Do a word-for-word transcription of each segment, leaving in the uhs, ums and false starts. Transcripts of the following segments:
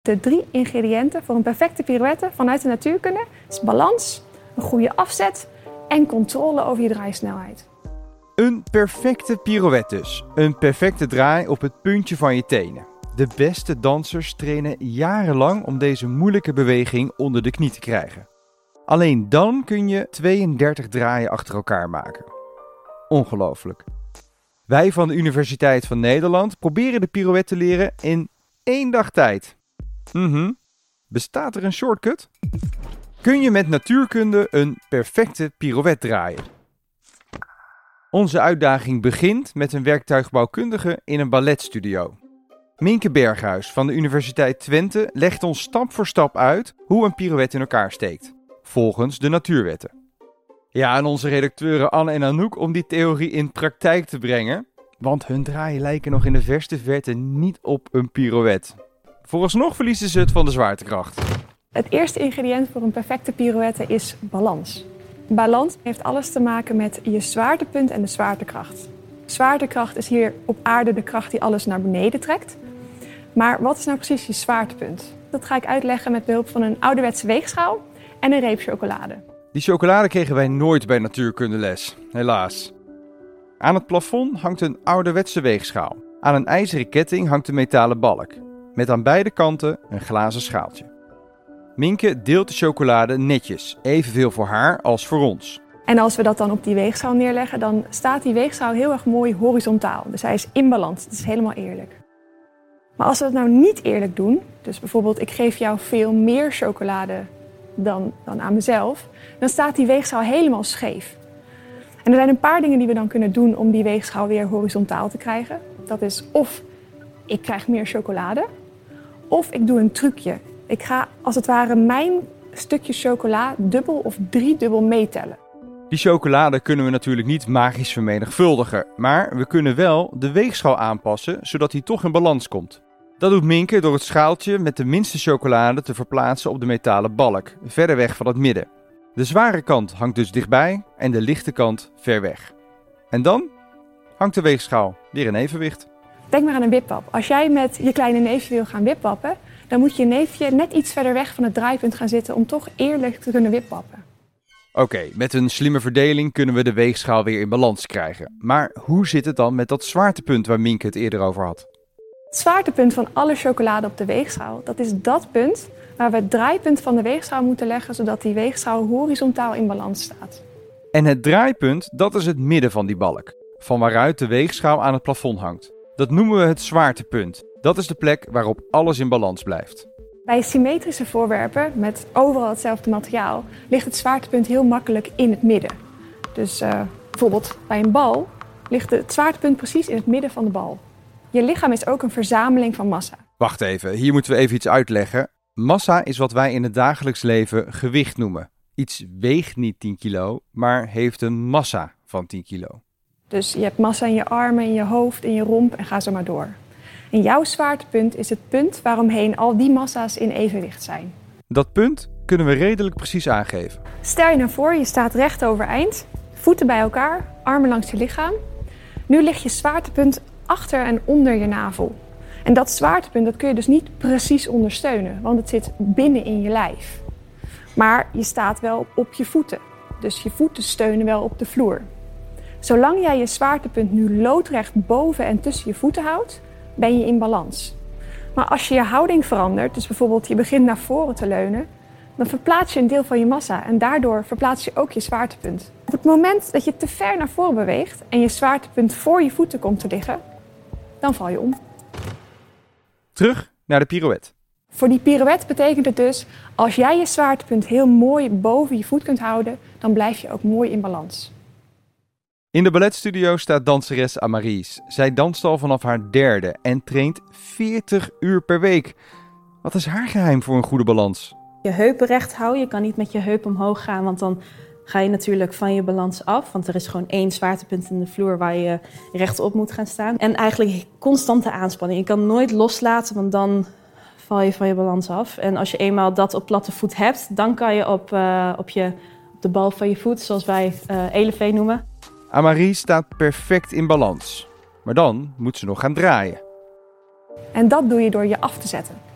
De drie ingrediënten voor een perfecte pirouette vanuit de natuurkunde is balans, een goede afzet en controle over je draaisnelheid. Een perfecte pirouette dus. Een perfecte draai op het puntje van je tenen. De beste dansers trainen jarenlang om deze moeilijke beweging onder de knie te krijgen. Alleen dan kun je tweeëndertig draaien achter elkaar maken. Ongelooflijk. Wij van de Universiteit van Nederland proberen de pirouette te leren in één dag tijd. Mhm. Bestaat er een shortcut? Kun je met natuurkunde een perfecte pirouette draaien? Onze uitdaging begint met een werktuigbouwkundige in een balletstudio. Minke Berghuis van de Universiteit Twente legt ons stap voor stap uit hoe een pirouette in elkaar steekt, volgens de natuurwetten. Ja, en onze redacteuren Anne en Anouk om die theorie in praktijk te brengen, want hun draaien lijken nog in de verste verte niet op een pirouette. Vooralsnog verliezen ze het van de zwaartekracht. Het eerste ingrediënt voor een perfecte pirouette is balans. Balans heeft alles te maken met je zwaartepunt en de zwaartekracht. Zwaartekracht is hier op aarde de kracht die alles naar beneden trekt. Maar wat is nou precies je zwaartepunt? Dat ga ik uitleggen met behulp van een ouderwetse weegschaal en een reep chocolade. Die chocolade kregen wij nooit bij natuurkundeles, helaas. Aan het plafond hangt een ouderwetse weegschaal. Aan een ijzeren ketting hangt een metalen balk, met aan beide kanten een glazen schaaltje. Minke deelt de chocolade netjes, evenveel voor haar als voor ons. En als we dat dan op die weegschaal neerleggen, dan staat die weegschaal heel erg mooi horizontaal. Dus hij is in balans, het is helemaal eerlijk. Maar als we het nou niet eerlijk doen, dus bijvoorbeeld ik geef jou veel meer chocolade dan, dan aan mezelf, dan staat die weegschaal helemaal scheef. En er zijn een paar dingen die we dan kunnen doen om die weegschaal weer horizontaal te krijgen. Dat is of ik krijg meer chocolade, of ik doe een trucje. Ik ga als het ware mijn stukje chocola dubbel of driedubbel meetellen. Die chocolade kunnen we natuurlijk niet magisch vermenigvuldigen, maar we kunnen wel de weegschaal aanpassen zodat die toch in balans komt. Dat doet Minke door het schaaltje met de minste chocolade te verplaatsen op de metalen balk, verder weg van het midden. De zware kant hangt dus dichtbij en de lichte kant ver weg. En dan hangt de weegschaal weer in evenwicht. Denk maar aan een wipwap. Als jij met je kleine neefje wil gaan wipwappen, dan moet je neefje net iets verder weg van het draaipunt gaan zitten om toch eerlijk te kunnen wipwappen. Oké, okay, met een slimme verdeling kunnen we de weegschaal weer in balans krijgen. Maar hoe zit het dan met dat zwaartepunt waar Minke het eerder over had? Het zwaartepunt van alle chocolade op de weegschaal, dat is dat punt waar we het draaipunt van de weegschaal moeten leggen, zodat die weegschaal horizontaal in balans staat. En het draaipunt, dat is het midden van die balk, van waaruit de weegschaal aan het plafond hangt. Dat noemen we het zwaartepunt. Dat is de plek waarop alles in balans blijft. Bij symmetrische voorwerpen met overal hetzelfde materiaal ligt het zwaartepunt heel makkelijk in het midden. Dus uh, bijvoorbeeld bij een bal ligt het zwaartepunt precies in het midden van de bal. Je lichaam is ook een verzameling van massa. Wacht even, hier moeten we even iets uitleggen. Massa is wat wij in het dagelijks leven gewicht noemen. Iets weegt niet tien kilo, maar heeft een massa van tien kilo. Dus je hebt massa in je armen, in je hoofd, in je romp en ga zo maar door. En jouw zwaartepunt is het punt waaromheen al die massa's in evenwicht zijn. Dat punt kunnen we redelijk precies aangeven. Stel je nou voor, je staat recht overeind, voeten bij elkaar, armen langs je lichaam. Nu ligt je zwaartepunt achter en onder je navel. En dat zwaartepunt dat kun je dus niet precies ondersteunen, want het zit binnen in je lijf. Maar je staat wel op je voeten, dus je voeten steunen wel op de vloer. Zolang jij je zwaartepunt nu loodrecht boven en tussen je voeten houdt, ben je in balans. Maar als je je houding verandert, dus bijvoorbeeld je begint naar voren te leunen, dan verplaats je een deel van je massa en daardoor verplaats je ook je zwaartepunt. Op het moment dat je te ver naar voren beweegt en je zwaartepunt voor je voeten komt te liggen, dan val je om. Terug naar de pirouette. Voor die pirouette betekent het dus, als jij je zwaartepunt heel mooi boven je voet kunt houden, dan blijf je ook mooi in balans. In de balletstudio staat danseres Amaries. Zij danst al vanaf haar derde en traint veertig uur per week. Wat is haar geheim voor een goede balans? Je heupen recht houden. Je kan niet met je heup omhoog gaan, want dan ga je natuurlijk van je balans af. Want er is gewoon één zwaartepunt in de vloer waar je rechtop moet gaan staan. En eigenlijk constante aanspanning. Je kan nooit loslaten, want dan val je van je balans af. En als je eenmaal dat op platte voet hebt, dan kan je op, uh, op, je, op de bal van je voet, zoals wij uh, elevee noemen. Amaries staat perfect in balans. Maar dan moet ze nog gaan draaien. En dat doe je door je af te zetten.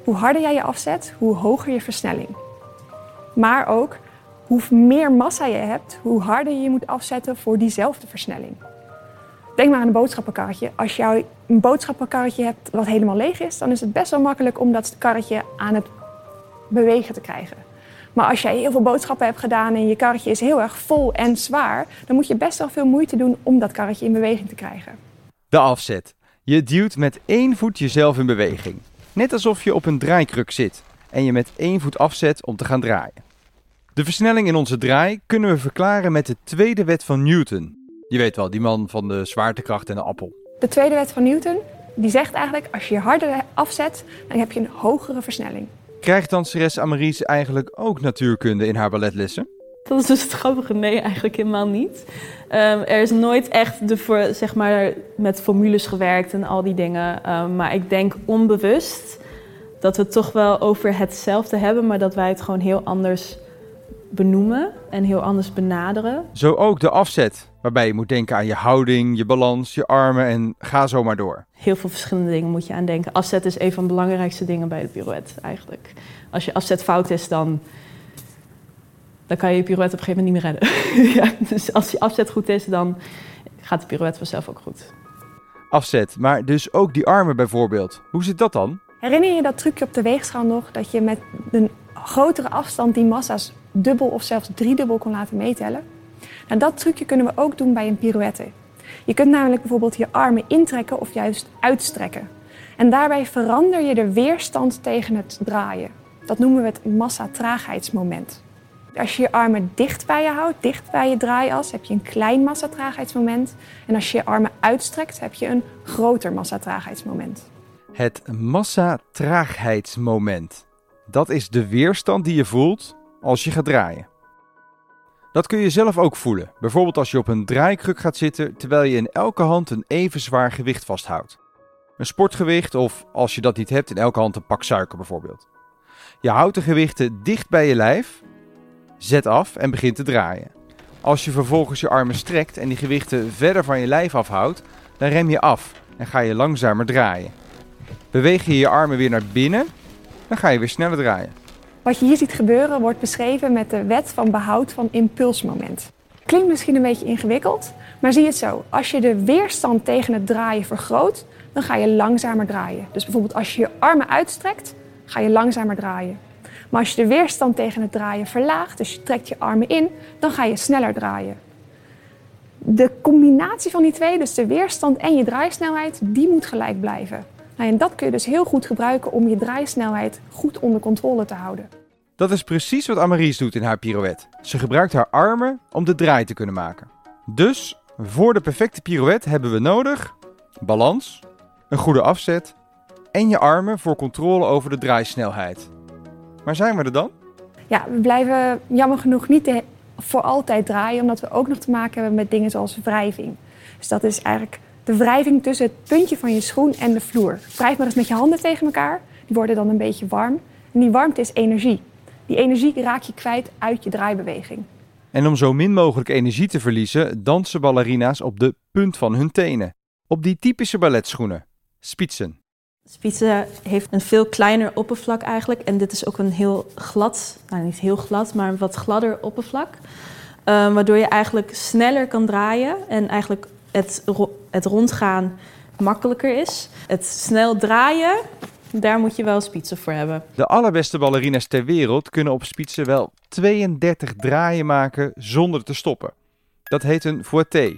Hoe harder jij je afzet, hoe hoger je versnelling. Maar ook, hoe meer massa je hebt, hoe harder je je moet afzetten voor diezelfde versnelling. Denk maar aan een boodschappenkarretje. Als je een boodschappenkarretje hebt wat helemaal leeg is, dan is het best wel makkelijk om dat karretje aan het bewegen te krijgen. Maar als jij heel veel boodschappen hebt gedaan en je karretje is heel erg vol en zwaar, dan moet je best wel veel moeite doen om dat karretje in beweging te krijgen. De afzet. Je duwt met één voet jezelf in beweging. Net alsof je op een draaikruk zit en je met één voet afzet om te gaan draaien. De versnelling in onze draai kunnen we verklaren met de tweede wet van Newton. Je weet wel, die man van de zwaartekracht en de appel. De tweede wet van Newton, die zegt eigenlijk, als je je harder afzet, dan heb je een hogere versnelling. Krijgt danseres Amaries eigenlijk ook natuurkunde in haar balletlessen? Dat is dus het grappige. Nee, eigenlijk helemaal niet. Um, er is nooit echt de voor, zeg maar, met formules gewerkt en al die dingen. Um, maar ik denk onbewust dat we het toch wel over hetzelfde hebben, maar dat wij het gewoon heel anders benoemen en heel anders benaderen. Zo ook de afzet, waarbij je moet denken aan je houding, je balans, je armen en ga zo maar door. Heel veel verschillende dingen moet je aan denken. Afzet is een van de belangrijkste dingen bij de pirouette eigenlijk. Als je afzet fout is, dan, dan kan je je pirouette op een gegeven moment niet meer redden. Ja, dus als je afzet goed is, dan gaat de pirouette vanzelf ook goed. Afzet, maar dus ook die armen bijvoorbeeld. Hoe zit dat dan? Herinner je dat trucje op de weegschaal nog, dat je met een grotere afstand die massa's dubbel of zelfs driedubbel kon laten meetellen? Nou, dat trucje kunnen we ook doen bij een pirouette. Je kunt namelijk bijvoorbeeld je armen intrekken of juist uitstrekken. En daarbij verander je de weerstand tegen het draaien. Dat noemen we het massa-traagheidsmoment. Als je je armen dicht bij je houdt, dicht bij je draaias, heb je een klein massa-traagheidsmoment. En als je je armen uitstrekt, heb je een groter massa-traagheidsmoment. Het massa-traagheidsmoment. Dat is de weerstand die je voelt als je gaat draaien. Dat kun je zelf ook voelen. Bijvoorbeeld als je op een draaikruk gaat zitten terwijl je in elke hand een even zwaar gewicht vasthoudt. Een sportgewicht of als je dat niet hebt in elke hand een pak suiker bijvoorbeeld. Je houdt de gewichten dicht bij je lijf, zet af en begint te draaien. Als je vervolgens je armen strekt en die gewichten verder van je lijf afhoudt, dan rem je af en ga je langzamer draaien. Beweeg je je armen weer naar binnen, dan ga je weer sneller draaien. Wat je hier ziet gebeuren wordt beschreven met de wet van behoud van impulsmoment. Klinkt misschien een beetje ingewikkeld, maar zie het zo. Als je de weerstand tegen het draaien vergroot, dan ga je langzamer draaien. Dus bijvoorbeeld als je je armen uitstrekt, ga je langzamer draaien. Maar als je de weerstand tegen het draaien verlaagt, dus je trekt je armen in, dan ga je sneller draaien. De combinatie van die twee, dus de weerstand en je draaisnelheid, die moet gelijk blijven. Nou, en dat kun je dus heel goed gebruiken om je draaisnelheid goed onder controle te houden. Dat is precies wat Amaries doet in haar pirouette. Ze gebruikt haar armen om de draai te kunnen maken. Dus voor de perfecte pirouette hebben we nodig balans, een goede afzet en je armen voor controle over de draaisnelheid. Maar zijn we er dan? Ja, we blijven jammer genoeg niet de, voor altijd draaien, omdat we ook nog te maken hebben met dingen zoals wrijving. Dus dat is eigenlijk de wrijving tussen het puntje van je schoen en de vloer. Wrijf maar eens met je handen tegen elkaar. Die worden dan een beetje warm. En die warmte is energie. Die energie raak je kwijt uit je draaibeweging. En om zo min mogelijk energie te verliezen, dansen ballerina's op de punt van hun tenen. Op die typische balletschoenen, Spitsen. Spitsen heeft een veel kleiner oppervlak eigenlijk. En dit is ook een heel glad, nou niet heel glad, maar een wat gladder oppervlak. Um, waardoor je eigenlijk sneller kan draaien en eigenlijk het, het rondgaan makkelijker is. Het snel draaien, daar moet je wel Spitsen voor hebben. De allerbeste ballerina's ter wereld kunnen op Spitsen wel tweeëndertig draaien maken zonder te stoppen. Dat heet een fouetté.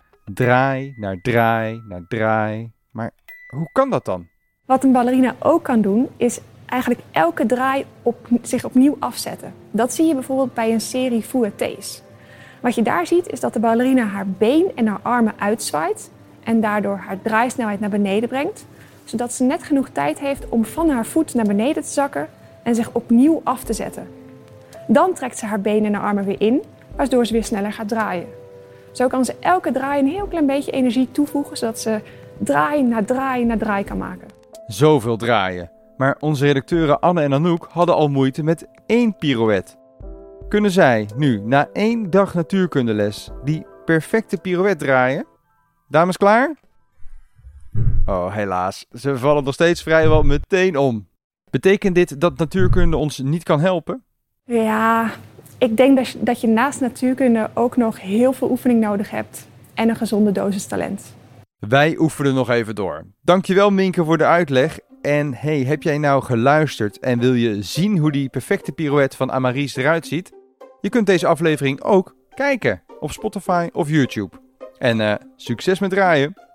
Draai naar draai naar draai. Maar hoe kan dat dan? Wat een ballerina ook kan doen, is eigenlijk elke draai op, zich opnieuw afzetten. Dat zie je bijvoorbeeld bij een serie fouettés. Wat je daar ziet is dat de ballerina haar been en haar armen uitzwaait en daardoor haar draaisnelheid naar beneden brengt, zodat ze net genoeg tijd heeft om van haar voet naar beneden te zakken en zich opnieuw af te zetten. Dan trekt ze haar benen en haar armen weer in, waardoor ze weer sneller gaat draaien. Zo kan ze elke draai een heel klein beetje energie toevoegen, zodat ze draai na draai na draai kan maken. Zoveel draaien. Maar onze redacteuren Anne en Anouk hadden al moeite met één pirouette. Kunnen zij nu, na één dag natuurkundeles, die perfecte pirouette draaien? Dames klaar? Oh, helaas. Ze vallen nog steeds vrijwel meteen om. Betekent dit dat natuurkunde ons niet kan helpen? Ja, ik denk dat je, dat je naast natuurkunde ook nog heel veel oefening nodig hebt. En een gezonde dosis talent. Wij oefenen nog even door. Dankjewel Minke voor de uitleg. En hey, heb jij nou geluisterd en wil je zien hoe die perfecte pirouette van Amaries eruit ziet? Je kunt deze aflevering ook kijken op Spotify of YouTube. En uh, succes met draaien!